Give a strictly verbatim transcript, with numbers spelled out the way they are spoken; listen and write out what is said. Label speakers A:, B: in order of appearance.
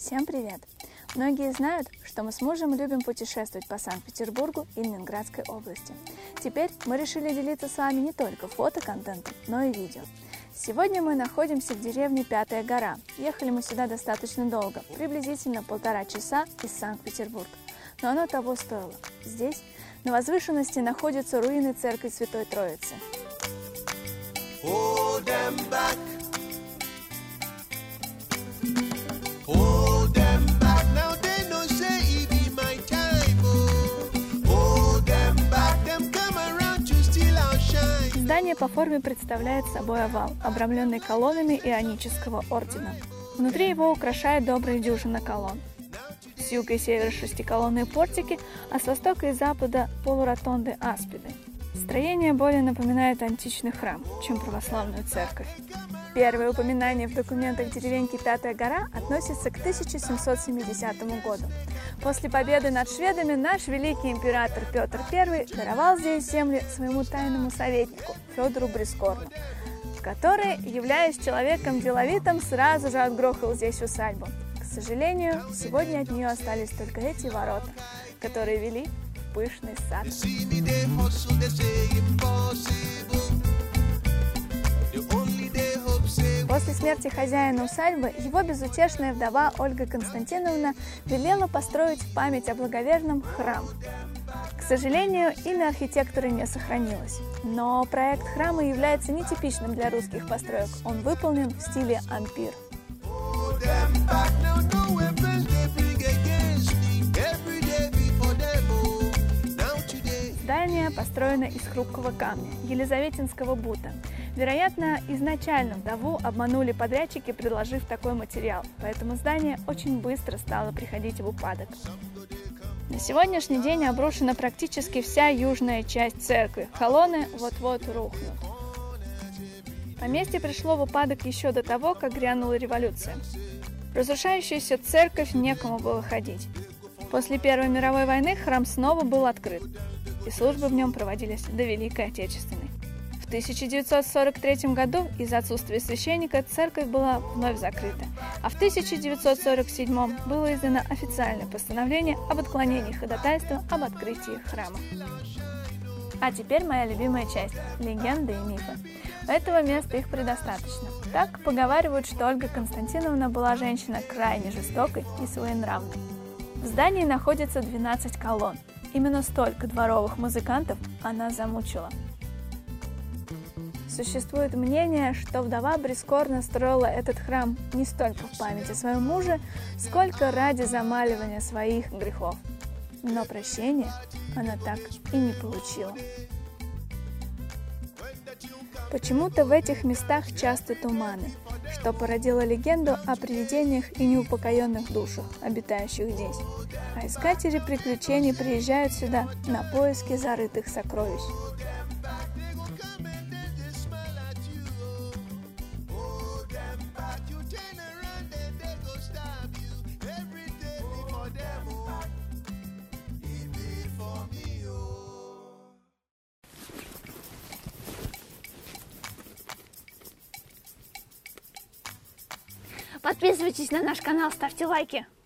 A: Всем привет! Многие знают, что мы с мужем любим путешествовать по Санкт-Петербургу и Ленинградской области. Теперь мы решили делиться с вами не только фотоконтентом, но и видео. Сегодня мы находимся в деревне Пятая гора. Ехали мы сюда достаточно долго, приблизительно полтора часа из Санкт-Петербурга. Но оно того стоило. Здесь, на возвышенности, находятся руины церкви Святой Троицы. Здание по форме представляет собой овал, обрамленный колоннами ионического ордена. Внутри его украшает добрая дюжина колонн. С юга и севера шестиколонные портики, а с востока и запада полуротонды аспиды. Строение более напоминает античный храм, чем православную церковь. Первое упоминание в документах деревеньки Пятая гора относится к тысяча семьсот семидесятому году. После победы над шведами наш великий император Петр Первый даровал здесь земли своему тайному советнику Федору Брискорну, который, являясь человеком деловитым, сразу же отгрохал здесь усадьбу. К сожалению, сегодня от нее остались только эти ворота, которые вели в пышный сад. После смерти хозяина усадьбы его безутешная вдова Ольга Константиновна велела построить в память о благоверном храм. К сожалению, имя архитектора не сохранилось, но проект храма является нетипичным для русских построек. Он выполнен в стиле ампир. Здание построено из хрупкого камня, елизаветинского бута. Вероятно, изначально вдову обманули подрядчики, предложив такой материал, поэтому здание очень быстро стало приходить в упадок. На сегодняшний день обрушена практически вся южная часть церкви, колонны вот-вот рухнут. Поместье пришло в упадок еще до того, как грянула революция. В разрушающуюся церковь некому было ходить. После Первой мировой войны храм снова был открыт, и службы в нем проводились до Великой Отечественной. В тысяча девятьсот сорок третьем году из-за отсутствия священника церковь была вновь закрыта, а в тысяча девятьсот сорок седьмом было издано официальное постановление об отклонении ходатайства об открытии храма. А теперь моя любимая часть – легенды и мифы. У этого места их предостаточно. Так поговаривают, что Ольга Константиновна была женщина крайне жестокой и своенравной. В здании находится двенадцать колонн. Именно столько дворовых музыкантов она замучила. Существует мнение, что вдова Брискорна строила этот храм не столько в память о своем муже, сколько ради замаливания своих грехов. Но прощения она так и не получила. Почему-то в этих местах часто туманы, что породило легенду о привидениях и неупокоенных душах, обитающих здесь. А искатели приключений приезжают сюда на поиски зарытых сокровищ.
B: Подписывайтесь на наш канал, ставьте лайки.